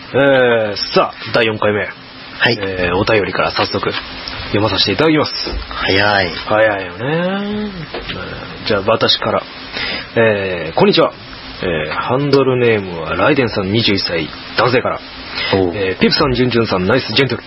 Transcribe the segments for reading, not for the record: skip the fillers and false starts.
さあ第4回目、 はい、 お便りから早速読まさせていただきます。 早いよね。じゃあ私から、こんにちは、ハンドルネームはライデンさん21歳男性から、ピプさんジュンジュンさんナイスジェントル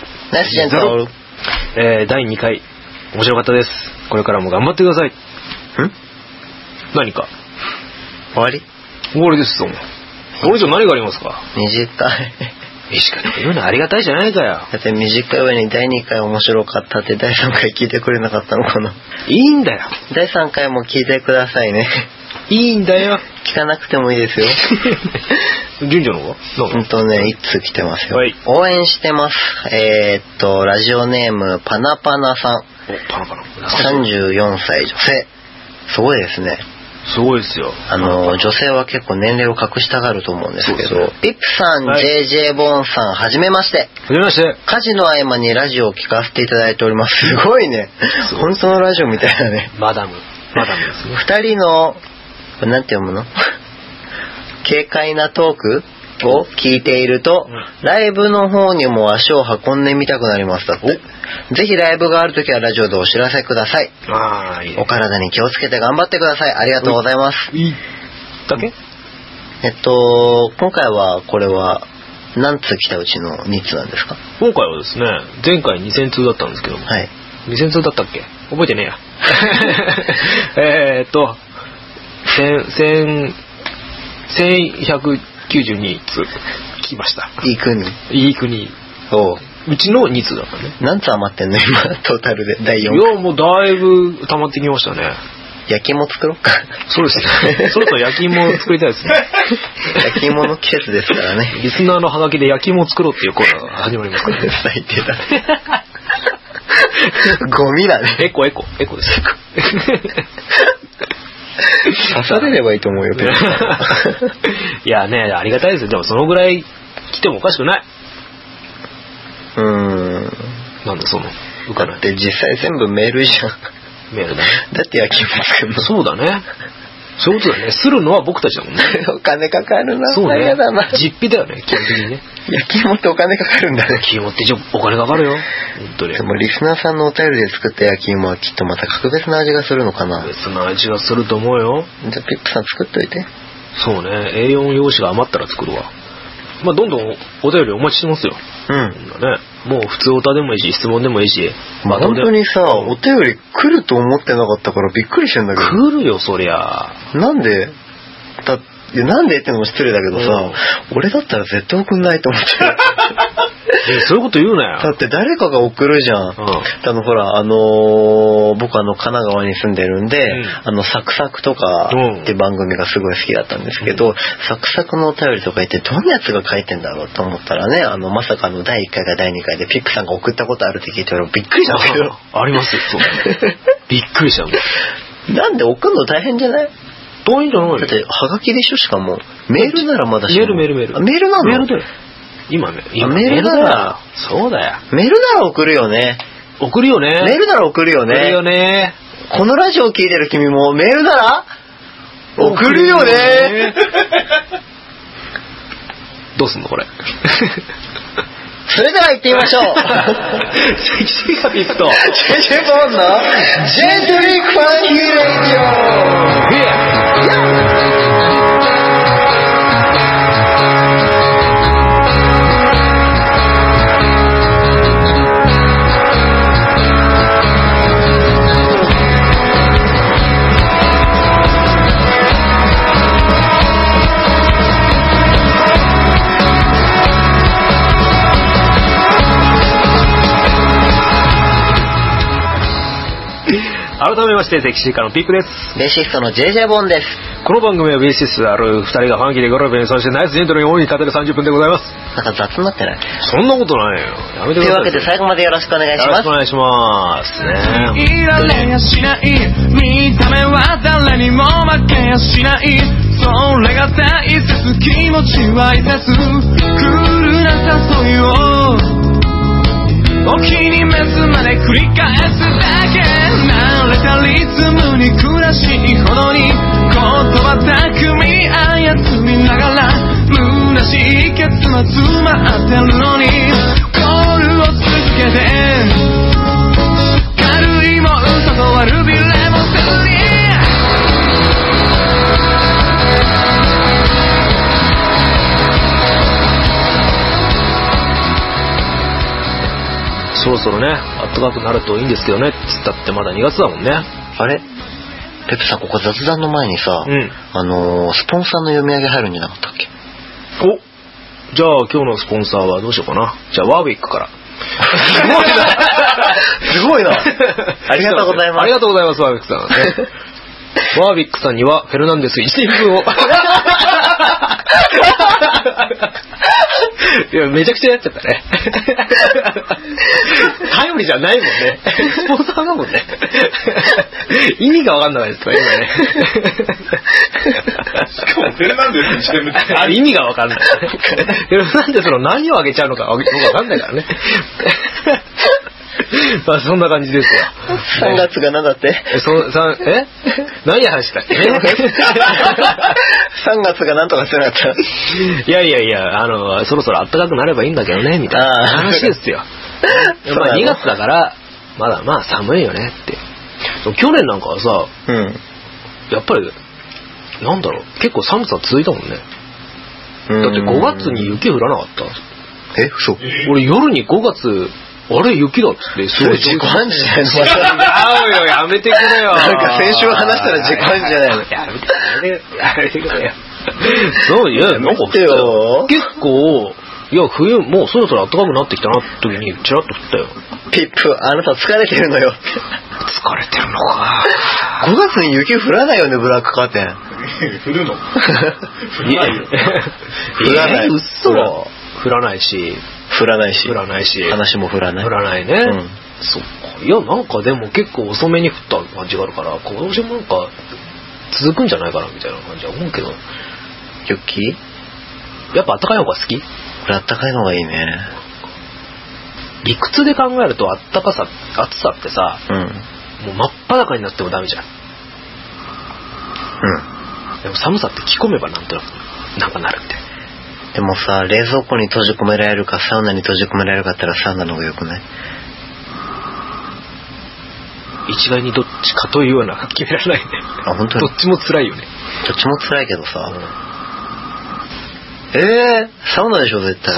第2回面白かったです。これからも頑張ってください。何か終わりですと。これ以上何がありますか。 短い言うのありがたいじゃないかよ。 だって短い上に第2回面白かったって第3回聞いてくれなかったのかな。 いいんだよ。 第3回も聞いてくださいね。 いいんだよ。 聞かなくてもいいですよ。 順序の方 1通来てますよ、 はい、 応援してます。ラジオネームパナパナさん。 パナパナ 34歳女性。すごいですね。 すごいですよ。 女性は結構年齢を隠したがると思うんですけど、ピップさん、JJ ボンさん、はじめまして。 はじめまして。 家事の合間にラジオを聞かせていただいております。すごいね。本当のラジオみたいなね。 マダムですね。 2人のなんて読むの軽快なトークを聞いていると、ライブの方にも足を運んでみたくなりましたって。ぜひライブがあるときはラジオでお知らせください。 いいね。 お体に気をつけて頑張ってください。ありがとうございます。 いいだけ？ 今回はこれは何通来たうちの2通なんですか？ 今回はですね、前回2000通だったんですけども、 はい、 2000通だったっけ？覚えてねえや。1192通来ました。いい国。うちの2通だったね。 何通余ってんの今トータルで第4回。いやもうだいぶ溜まってきましたね。 焼き芋作ろうか。 そうですね。そろそろ焼き芋を作りたいですね。 焼き芋の季節ですからね。 リスナーのハガキで焼き芋を作ろうっていうコーナーが始まりますからね。 最低だね。ゴミだね。 エコです。 刺されればいいと思うよ。 いやね、ありがたいですよ。でもそのぐらい来てもおかしくない。なんだその浮かない。 だって実際全部メールじゃん。 メールだね。 だって焼き芋作るの。 そうだね。そういうことだね。するのは僕たちだもんね。 お金かかるな。 そうね。 嫌だな。 実費だよね、基本的にね。 焼き芋ってお金かかるんだね。 焼き芋ってお金かかるよ。本当に。 でもリスナーさんのお便りで作った焼き芋はきっとまた格別な味がするのかな。 別な味がすると思うよ。 じゃあピップさん作っといて。 そうね。A4 用紙が余ったら作るわ。どんどんお便りお待ちしてますよ。もう普通おたでもいいし質問でもいいし。 本当にさ、お便り来ると思ってなかったからびっくりしてんだけど。 来るよそりゃ。 なんでってのも失礼だけどさ、俺だったら絶対送んないと思って。 そういうこと言うなよ。 だって誰かが送るじゃん。ほら僕神奈川に住んでるんで、サクサクとかって番組がすごい好きだったんですけど、サクサクのお便りとか言ってどんなやつが書いてんだろうと思ったらね、まさかの第1回か第2回でピックさんが送ったことあるって聞いてびっくりしたんだけど。 ありますよ。そうびっくりしたんだ。 なんで送るの大変じゃない？ どういうんじゃないの？ だってハガキでしょ。しかもメールならまだしも。 メール。 メールなの？ メールだよ。今メールなら。 そうだよ。 メールなら送るよね。 メールなら送るよね。このラジオを聞いてる君もメールなら送るよね。どうすんのこれ。 それでは行ってみましょう。 セキシーがピクとジェジェボンのジェントリックファンキーレディオ。 改めましてセキシーカのピックです。 ベーシストの JJ ボンです。 この番組はベーシストである2人がファンキーでゴロベンそしてナイスジェントルに大いに語る30分でございます。 なんか雑になってない？ そんなことないよ。やめてください。 というわけで最後までよろしくお願いします。 よろしくお願いしますね。 いられやしない見た目は誰にも負けやしない、それが大切、気持ちは大切、クールな誘いをお気に召すまで繰り返すだけ、慣れたリズムに暮らしいほどに言葉巧み操りながら虚しい結末まってるのにコールを続けて軽いも嘘とはルビーレモンセルリーそろそろね暖かくなるといいんですけどねっつったってまだ2月だもんね。 あれペプさん、ここ雑談の前にさ、スポンサーの読み上げ入るんじゃなかったっけ？ お、じゃあ今日のスポンサーはどうしようかな。じゃあワーウィックから。 すごいな。ありがとうございます。 ありがとうございます、ワーウィックさん。ワーウィックさんにはフェルナンデス1年分を。いや、めちゃくちゃやっちゃったね。頼りじゃないもんね。スポンサーだもんね。意味がわかんないですから今ね。 しかもフェルナンデス1年分ってあれ意味がわかんない。フェルナンデスの何をあげちゃうのかわかんないからね。まあそんな感じですよ。 3月が何だって？ 何話したっけ？ 3月が何とかしてなかった？ いや、そろそろ暖かくなればいいんだけどねみたいな話ですよ。まあ2月だからまだまあ寒いよねって。去年なんかはさ、やっぱりなんだろう、結構寒さ続いたもんね。だって5月に雪降らなかった？ 嘘？ 俺夜に5月あれ雪だってすごい自己暗示じゃないの？ 違うよ、やめてくれよ。 なんか先週話したら自己暗示じゃないの？ やめてくれよ。そういや、なんか結構いや冬もうそろそろ暖かくなってきたなって時にチラッと降ったよ。 ピップ、あなた疲れてるのよ。 疲れてるのか。 5月に雪降らないよね、ブラックカーテン。 降るの？降らないよ。 降らない。 嘘。降らないし。 降らないし。話も降らない。 降らないね。そっか。いや、なんかでも結構遅めに降った感じがあるから、今年もなんか続くんじゃないかなみたいな感じは思うけど。 雪？ やっぱ暖かい方が好き？ 俺暖かいのがいいね。 理屈で考えると暑さってさ、もう真っ裸になってもダメじゃん。でも寒さって着込めばなんとなくなんかなるみたいな。 でもさ、冷蔵庫に閉じ込められるかサウナに閉じ込められるかって言ったらサウナの方がよくない？ 一概にどっちかというような決められないね。 あ、本当に？ どっちも辛いよね。 どっちも辛いけどさ。サウナでしょ絶対。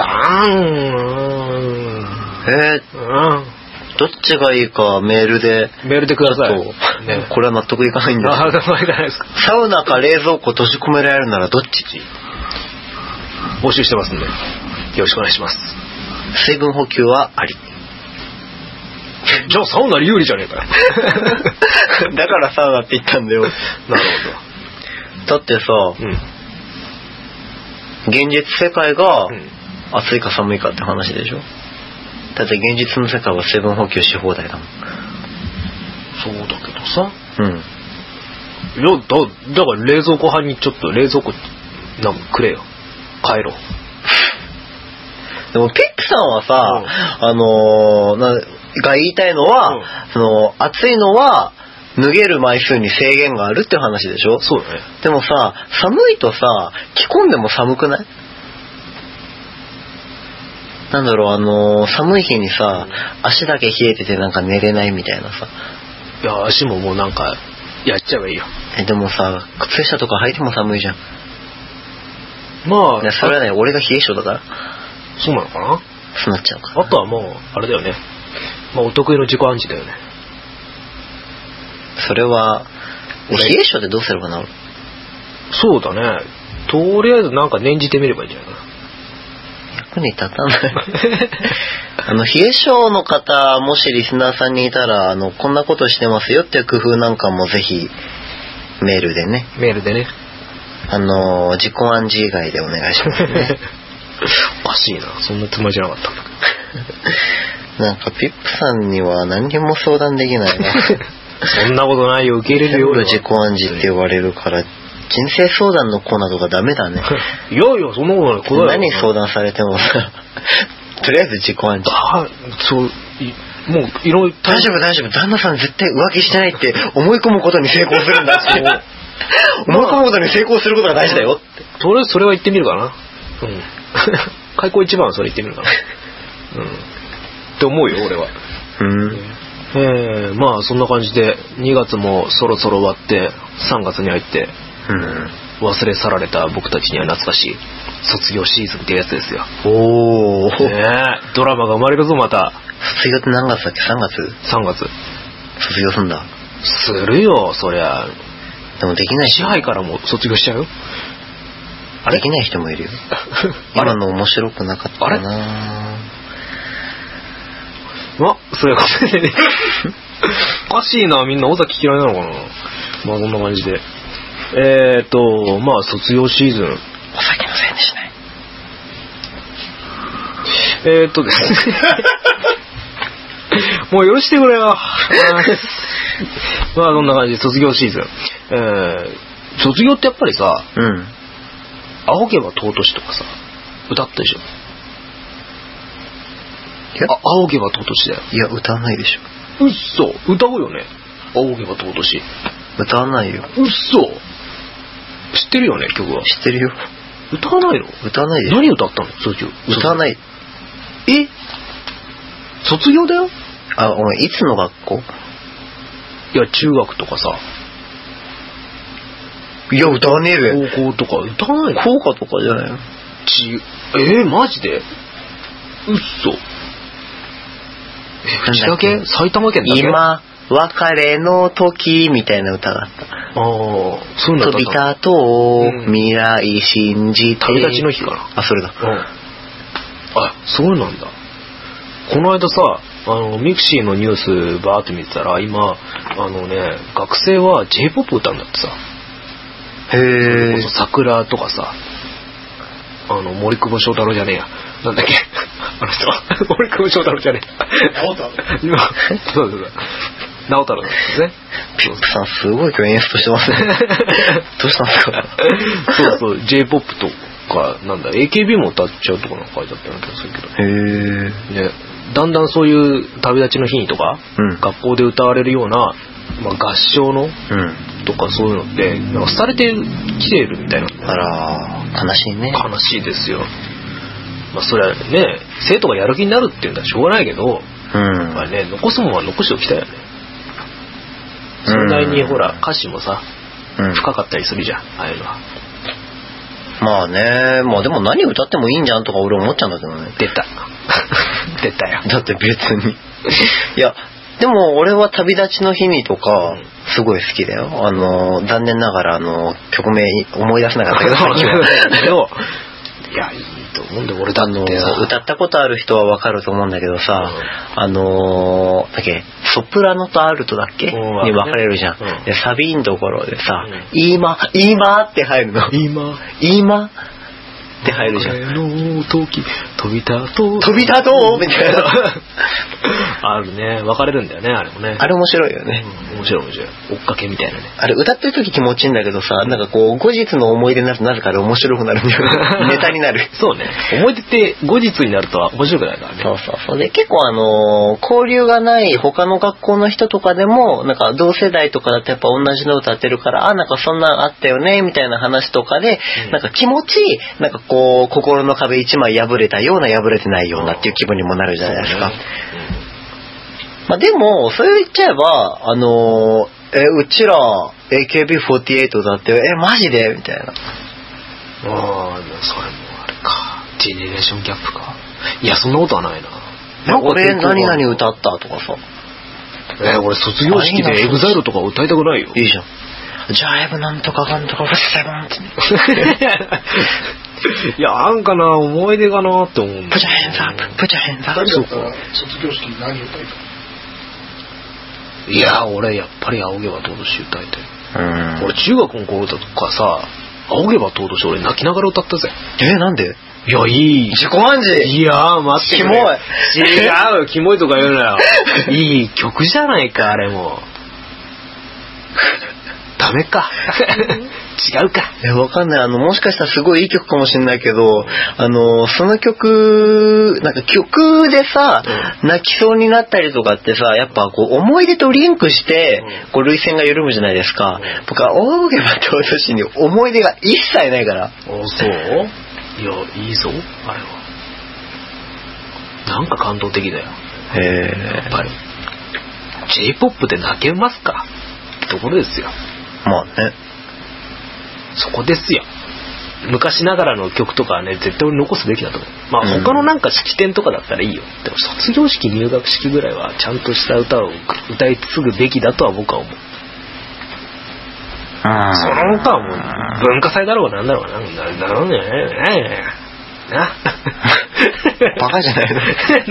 どっちがいいかメールでください。 ね、これは納得いかないんですけど。サウナか冷蔵庫閉じ込められるならどっち？ 募集してますんでよろしくお願いします。 水分補給はあり。 じゃあサウナ有利じゃねえかよ。 だからサウナって言ったんだよ。なるほど。だってさ、現実世界が暑いか寒いかって話でしょ。だって現実の世界は水分補給し放題だもん。 そうだけどさ。いやだから冷蔵庫派にちょっと冷蔵庫なんかくれよ。帰ろう。 でもピップさんはさ、が言いたいのは、暑いのは脱げる枚数に制限があるっていう話でしょ。 そうだね。 でもさ、寒いとさ、着込んでも寒くない？なんだろう、寒い日にさ、足だけ冷えててなんか寝れないみたいなさ。 いや、足ももうなんかやっちゃえばいいよ。 でもさ、靴下とか履いても寒いじゃん。 まあ、 それはね、俺が冷え性だから。 そうなのかな？ そうなっちゃうか。 あとはもうあれだよね。まあお得意の自己暗示だよね。 それは冷え性でどうすればなる？ そうだね。とりあえずなんか念じてみればいいんじゃないかな。 役に立たない。冷え性の方、もしリスナーさんにいたら、こんなことしてますよっていう工夫なんかもぜひメールでね。自己暗示以外でお願いしますね。 おかしいな、そんなつもりじゃなかったんだ。 なんかピップさんには何にも相談できないな。 そんなことないよ、受け入れるよ。 自己暗示って言われるから人生相談のコーナーとかダメだね。 いやそんなことない。 何相談されてもさ、とりあえず自己暗示。 もういろいろ大丈夫、旦那さん絶対浮気してないって思い込むことに成功するんだって。思い込むことに成功することが大事だよって。 それは言ってみるかな。帰開口一番はそれ言ってみるかな。って思うよ俺は。まあそんな感じで2月もそろそろ終わって3月に入って、忘れ去られた僕たちには懐かしい卒業シーズンってやつですよ。 おー、 ドラマが生まれるぞまた。 卒業って何月だっけ？ 3 月？ 3月卒業すんだ。 するよそりゃ。 でもできない支配からも卒業しちゃうよ。 あれできない人もいるよ。今の面白くなかったな。 そういうことでね。おかしいな、みんな尾崎嫌いなのかな。まあこんな感じで。まあ卒業シーズン。お酒のせいにしない。ですね。もう許してくれよ。まあこんな感じで卒業シーズン。卒業ってやっぱりさ、仰げば尊しとかさ、歌ったでしょ。仰げば尊しだよ。 いや、歌わないでしょ。 うっそ、歌うよね。仰げば尊し。 歌わないよ。 うっそ。知ってるよね、曲は。 知ってるよ。 歌わないの？ 歌わないでしょ。 何歌ったの？卒業。 歌わない。 卒業だよ。 お前いつの学校？ いや、中学とかさ。 いや、歌わねえべ。 高校とか歌わないの？ 校歌とかじゃないの？ マジで？うっそ。うちだけ？埼玉県だけ？ 今別れの時みたいな歌があった。 そうなんだ。 飛び立とう、未来信じて。 旅立ちの日かな。 それだ。 そうなんだ。この間さ、ミクシーのニュースバーって見てたら、今学生は J-POP 歌うんだってさ。 へえ。 桜とかさ、森久保祥太郎じゃねえや。なんだっけあの人。森久保祥太郎じゃねえ。直太郎。そう。直太郎なんですね。 ピップさんすごい今日演出してますね。どうしたんですか？ そう、J-POP とか、AKB も歌っちゃうとかなんか書いてあったような気がするけど。ね、だんだんそういう旅立ちの日にとか、学校で歌われるような、合唱の、とかそういうのって廃れてきているみたいな。 あら、悲しいね。 悲しいですよ。それはね、生徒がやる気になるっていうのはしょうがないけど、残すものは残しておきたいよね。それなりにほら歌詞もさ、深かったりするじゃん、ああいうのは。 まあね、でも何歌ってもいいんじゃんとか俺思っちゃうんだけどね。 出たよ。 だって別にいやでも俺は旅立ちの日にとかすごい好きだよ。残念ながら曲名思い出せなかったけどいやいいと思うんで、俺だって歌ったことある人はわかると思うんだけどさ、だっけソプラノとアルトだっけに分かれるじゃん。でサビのところでさ、今って入るの。今って入るじゃん。 の時飛び立とうみたいなあるね。分かれるんだよね、あれもね。 あれ面白いよね。 面白い。追っかけみたいなね。 あれ歌ってる時気持ちいいんだけどさ、後日の思い出になるとなぜかあれ面白くなるんだよね。ネタになる。 そうね。思い出って後日になるとは面白くないからね。 そうで結構交流がない他の学校の人とかでも同世代とかだとやっぱ同じの歌ってるからそんなんあったよねみたいな話とかで、気持ちいい心の壁一枚破れたような破れてないようなっていう気分にもなるじゃないですか。でもそれ言っちゃえばうちら AKB48 だってマジでみたいな。 それもあれか、ジェネレーションギャップか。いやそんなことはないな。 俺何々歌ったとかさ。 俺卒業式で EXILE とか歌いたくないよ。 いいじゃん。ジャイブなんとかかんとかフェスセブンっていやなんかな、思い出かなって思うんだ。 プチャヘンザップ卒業式に何歌いたい？ いや俺やっぱり仰げば尊し歌いたい。俺中学の頃とかさ、仰げば尊し俺泣きながら歌ったぜ。 なんで？ いやいい自己暗示。 いや待ってくれ。 キモい。 違うキモいとか言うなよ。いい曲じゃないかあれも。ダメか。違うか。 わかんない。もしかしたらすごいいい曲かもしれないけど、その曲曲でさ、泣きそうになったりとかってさ、やっぱ思い出とリンクして涙腺が緩むじゃないですか。僕は仰げば尊しに思い出が一切ないから。 そう？いやいいぞあれは。 なんか感動的だよ。やっぱり J-POP で泣けますかってところですよ。 まあね、 そこですよ。昔ながらの曲とかはね、絶対残すべきだと思う。まあ他のなんか式典とかだったらいいよ。でも卒業式入学式ぐらいはちゃんとした歌を歌い継ぐべきだとは僕は思う。その歌はもう文化祭だろうがなんだろうがなんだなバカじゃないの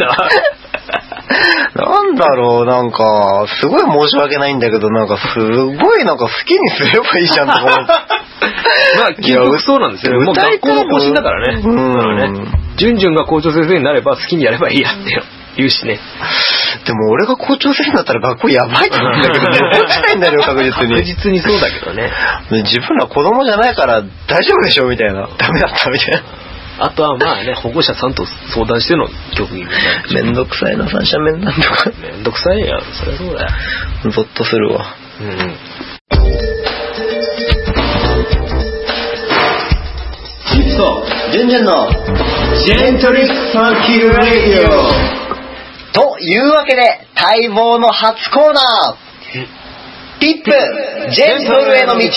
なんだろう、なんかすごい申し訳ないんだけど、なんかすごいなんか好きにすればいいじゃんと思ってまあ結局そうなんですよ。もう学校の方針だからね。だからね、ジュンジュンが校長先生になれば好きにやればいいやって言うしね。 でも俺が校長先生になったら学校やばいと思うんだけどね。落ちないんだよ確実に。 確実にそうだけどね。 自分ら子供じゃないから大丈夫でしょみたいな。ダメだったみたいな。 あとはまあね、保護者さんと相談しての曲にめんどくさいな、三者面談とか。 めんどくさいよ、そりゃそうだよ。 ゾッとするわ。 チップとジュンジュンのジェントリックファンキーラディオというわけで待望の初コーナー、ピップジェントルへの道。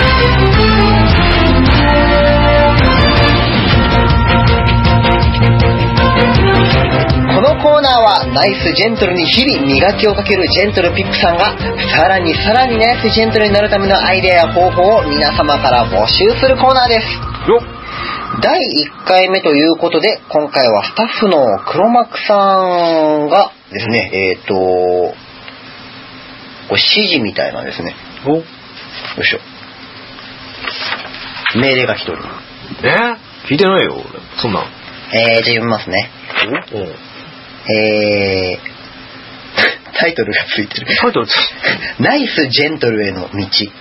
このコーナーはナイスジェントルに日々磨きをかけるジェントルピップさんがさらにナイスジェントルになるためのアイデアや方法を皆様から募集するコーナーです。第1回目ということで、今回はスタッフの黒幕さんがですね、これ指示みたいなんですね。よいしょ。命令が一人。 聞いてないよ俺そんなん。 じゃあ読みますね。タイトルがついてる。ナイスジェントルへの道。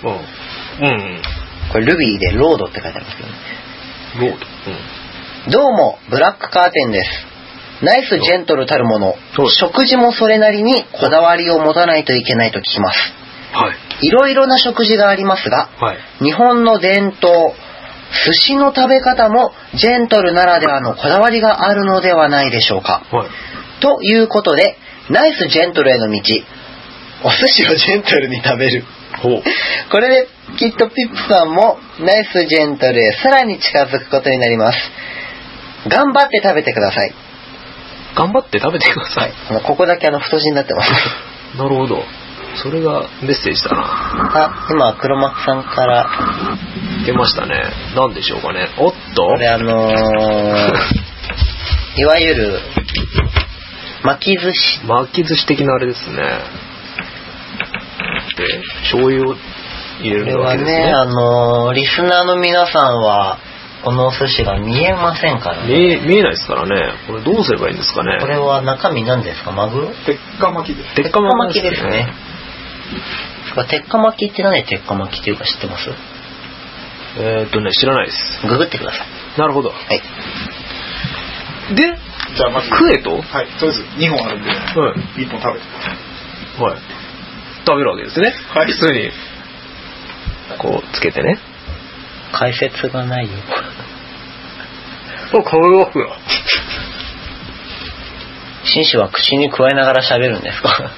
これルビーでロードって書いてありますけどね。 ロード、 どうもブラックカーテンです。ナイスジェントルたるもの、食事もそれなりにこだわりを持たないといけないと聞きます。いろいろな食事がありますが、日本の伝統寿司の食べ方もジェントルならではのこだわりがあるのではないでしょうか。ということで、ナイスジェントルへの道、お寿司をジェントルに食べる。これできっとピップさんもナイスジェントルへさらに近づくことになります。頑張って食べてください。 頑張って食べてください。 ここだけ太字になってます。 なるほど。それがメッセージだな。 今黒幕さんから出ましたね。何でしょうかね。おっと。 これいわゆる巻き寿司。 巻き寿司的なあれですね。で、醤油を入れるわけですね。 これはね、リスナーの皆さんはこのお寿司が見えませんからね。 見えないですからね。これどうすればいいんですかね。 これは中身何ですか？マグロ？ 鉄火巻きです。 鉄火巻きですね。鉄火巻きって何で鉄火巻きっていうか知ってます？ 知らないです。 ググってください。 なるほど。はい。で、 じゃあまず食えと？ はい。とりあえず2本あるんで、1本食べてください。 はい。食べるわけですね。 はい。 普通にこうつけてね。 解説がないよ。 顔がふわ。 紳士は口に加えながら喋るんですか？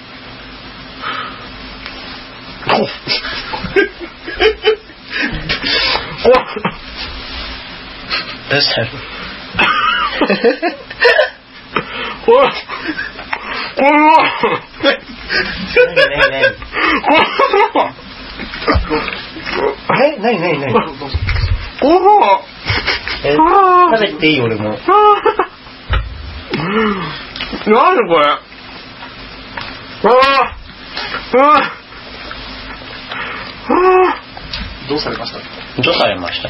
どうしたの？何食べていい？俺も。 なんでこれ？ どうされました？ どうされました？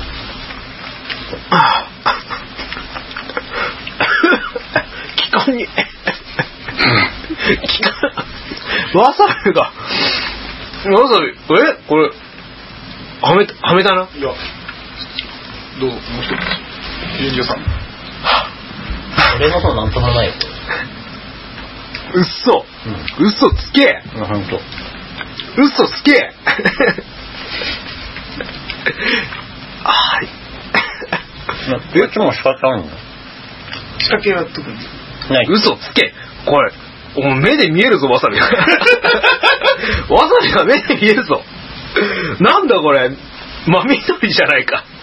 気管にわさびがこれはめたな。 いや、どうもう一つ臨場さん。 俺の方なんともないよ。 嘘つけ。 本当。 嘘つけ。はい。 こっちも仕掛けあるの？ 仕掛けは特に。 嘘つけ。これ目で見えるぞ、わさびが。わさびが目で見えるぞ。なんだこれ、真緑じゃないか。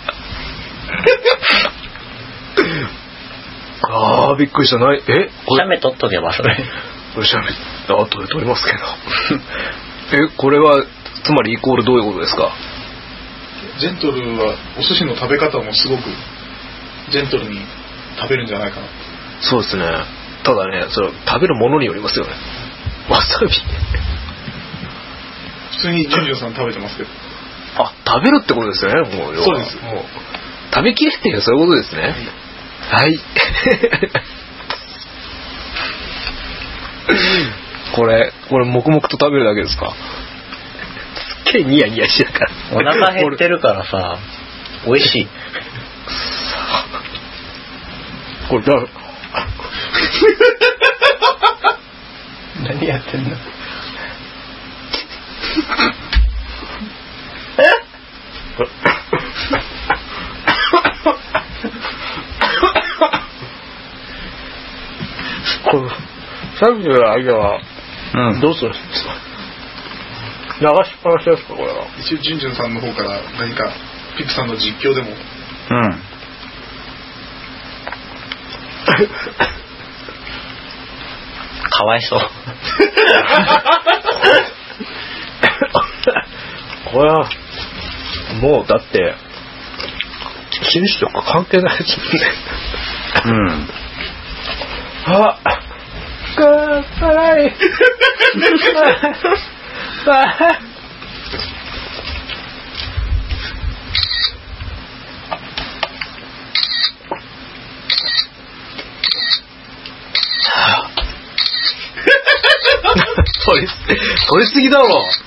あー、びっくりした。これ写メ撮っとけば、それ。 これ写メ、撮りますけど。これはつまりイコールどういうことですか？ ジェントルはお寿司の食べ方もすごくジェントルに食べるんじゃないかな。 そうですね。ただね、それ食べるものによりますよね。わさび。 普通にジュンジュンさん食べてますけど。 あ、食べるってことですよね。もうそうです。 もう食べきれっていうそういうことですね。はい。これ黙々と食べるだけですか？すっげえニヤニヤしてるから。 お腹減ってるからさ、美味しい。 これだ。 何やってんの？ さっきの間はどうするんですか？流しっぱなしですか、これは。 一応ジュンジュンさんの方から何かピクさんの実況でも。 かわいそう。 これはもうだって紳士とか関係ないですもんね。あ、辛い。取りすぎだろ。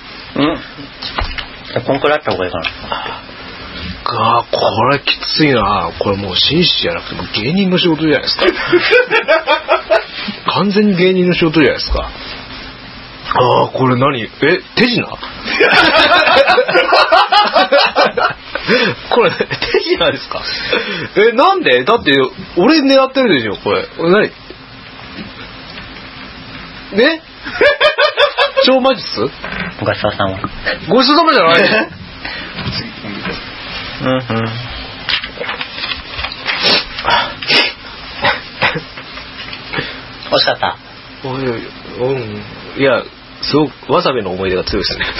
こんくらいあった方がいいかな。 これきついな。これもう紳士じゃなくても芸人の仕事じゃないですか。完全に芸人の仕事じゃないですか。これ何？手品？これ手品ですか？なんで？だって俺狙ってるでしょ、これ。何？超魔術？ ごちそうさま。 ごちそうさまじゃないの？ 惜しかった。 いや、すごくわさびの思い出が強いですね。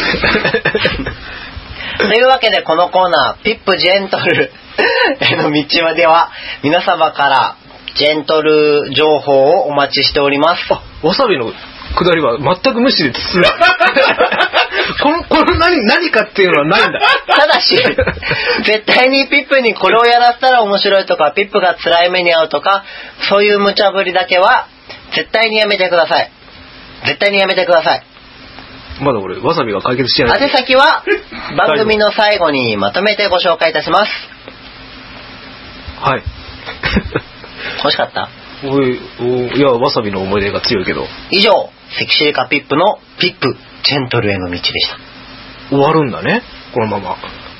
というわけでこのコーナー、ピップジェントルへの道では皆様からジェントル情報をお待ちしております。 わさびのくだりは全く無視で進む。この何かっていうのはないんだ。 ただし絶対にピップにこれをやらせたら面白いとか、ピップが辛い目に遭うとか、そういう無茶ぶりだけは絶対にやめてください。絶対にやめてください。 まだ俺わさびが解決してない。 宛先は番組の最後にまとめてご紹介いたします。 はい。 欲しかった？ いや、わさびの思い出が強いけど。 以上、セキシリカピップのピップジェントルへの道でした。 終わるんだね、このまま。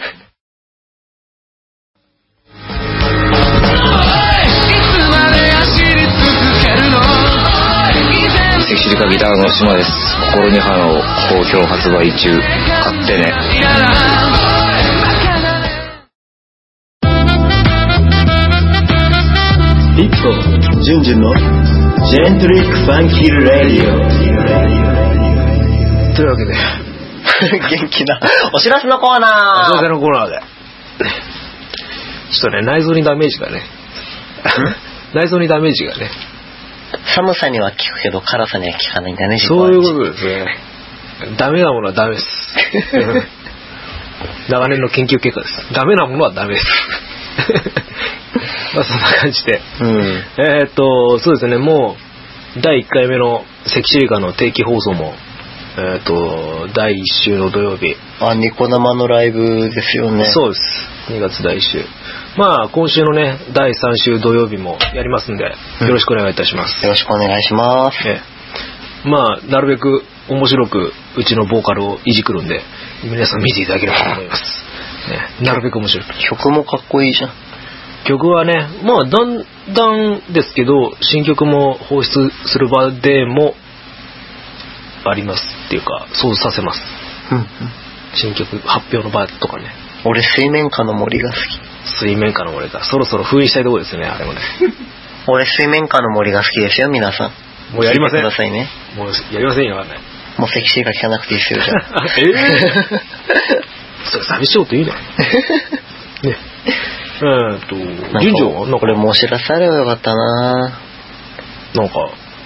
セキシリカギターの島です。心に花を好評発売中。買ってね。 ピップジュンジュンのジェントリックファンキーラディオ。 というわけで元気なお知らせのコーナー。 お知らせのコーナーでちょっとね、内臓にダメージがね内臓にダメージがね、 寒さには効くけど辛さには効かないんだね。 そういうことですね。ダメなものはダメです。長年の研究結果です。ダメなものはダメです。まあそんな感じで、そうですね、もう第1回目のセキシリカの定期放送も第1週の土曜日、 ニコ生のライブですよね。 そうです。2月第1週。まあ今週のね第3週土曜日もやりますんで、よろしくお願いいたします。 よろしくお願いします。 まあなるべく面白くうちのボーカルをいじくるんで、皆さん見ていただければと思います。なるべく面白く。 曲もかっこいいじゃん。 曲はね、まあだんだんですけど新曲も放出する場でもありますっていうか想像させます、うん、新曲発表の場とかね。 俺水面下の森が好き。 水面下の森か、そろそろ封印したいところですね、あれもね俺水面下の森が好きですよ、皆さん。 もうやりません。 くださいね。 もうやりませんよ、あれ。 もうセクシーが聞かなくていいですよ、じゃあそれ寂しいこと言うねね。順序はこれもお知らせあればよかったな。 なんか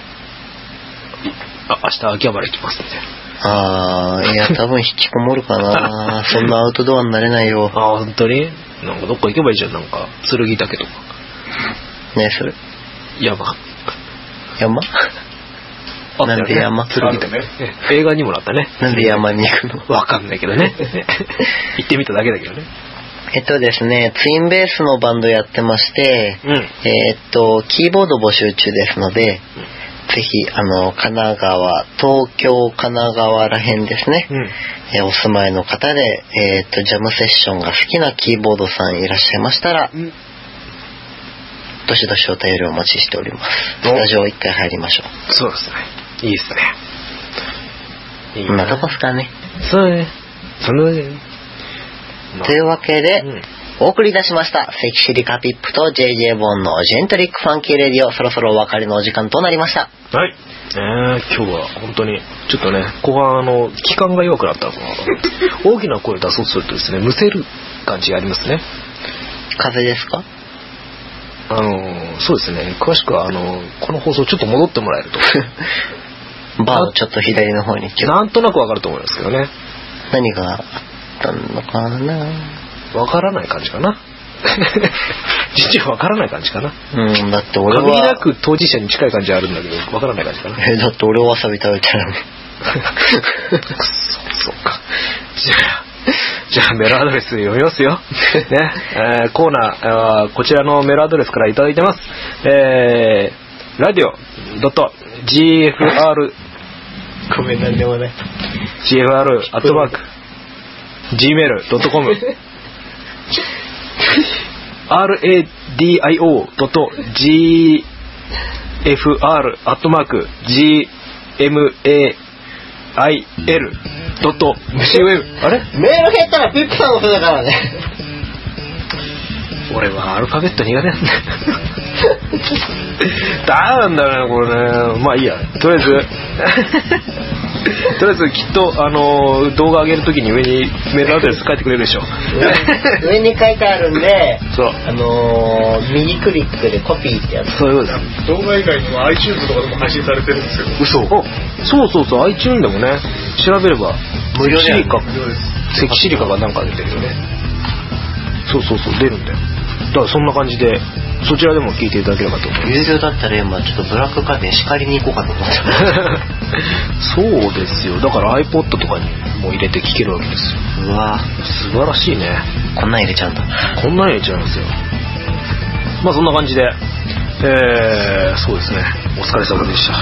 明日秋葉原行きますみたいな。いや多分引きこもるかなそんなアウトドアになれないよ。 本当に。なんかどっか行けばいいじゃん。なんか剣岳とかね。それ山なんで山？ 剣岳映画にもなったね。 なんで山に行くの？ わかんないけどね行ってみただけだけどね。 ですね、ツインベースのバンドやってまして、キーボード募集中ですので、ぜひ神奈川、東京神奈川ら辺ですね、お住まいの方で、ジャムセッションが好きなキーボードさんいらっしゃいましたら、どしどしお便りお待ちしております。スタジオ一回入りましょう。 そうですね、いいですね。 こんなとこですかね。 そうね。そのね。 というわけで、お送りいたしましたセキシリカピップと JJ ボンのジェントリックファンキーレディオ、そろそろお別れのお時間となりました。 はい、今日は本当にちょっとね後半気管が弱くなったのかな大きな声を出そうとするとですねむせる感じがありますね。 風邪ですか？ そうですね。詳しくはこの放送ちょっと戻ってもらえるとバーのちょっと左の方になんとなくわかると思いますけどね。 何があったのかな。 わからない感じかな実はわからない感じかな。 だって俺は限りなく当事者に近い感じあるんだけどわからない感じかな。 だって俺はわさび食べてるのにそうか。じゃあメールアドレス読みますよ、ね。コーナーはこちらのメールアドレスからいただいてます。radio.gfr ごめんなんでもない gfr@gmail.com radio.gfr@gmail.com あれメール減ったらピップさんのせいだからね。 俺はアルファベット苦手なんだダメなんだよねこれね。まあいいや、とりあえずきっと動画上げるときに上にメールアドレス書いてくれるでしょ上に書いてあるんで、 そう右クリックでコピーってやつ。 そういうことです。 動画以外にも iTunes とかでも配信されてるんですよ。 嘘。そう iTunes でもね調べれば無料でセキシリカがなんか出てるよね。そう出るんだよ。だからそんな感じでそちらでも聞いていただければと思います。 有料だったら今ちょっとブラックカーテン叱りに行こうかと思ってそうですよ。だから iPod とかにも入れて聴けるわけですよ。 うわ素晴らしいね。 こんなん入れちゃうんだ。 こんなん入れちゃいますよ。まあそんな感じでそうですね、お疲れ様でした。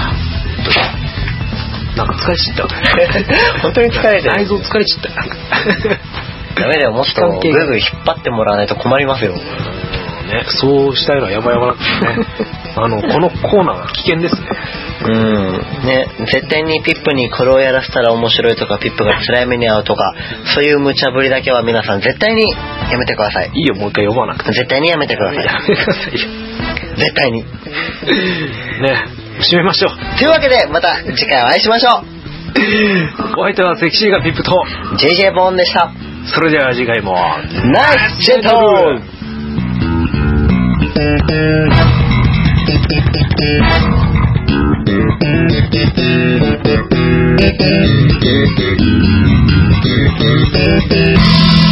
なんか疲れちゃった本当に疲れてる。 内臓疲れちゃった。 ダメだよ、もっとぐいぐい引っ張ってもらわないと困りますよ。 ね、そうしたいのは山々なんですね。このコーナーは危険ですね。 ね、絶対にピップにこれをやらせたら面白いとか、ピップが辛い目に遭うとか、そういう無茶ぶりだけは皆さん絶対にやめてください。 いいよ、もう一回読まなくて。 絶対にやめてください。 やめてくださいよ。 絶対に。 ね、締めましょう。 というわけでまた次回お会いしましょう。 お相手はセキシーガピップと JJ ボーンでした。 それでは次回もナイスジェントル。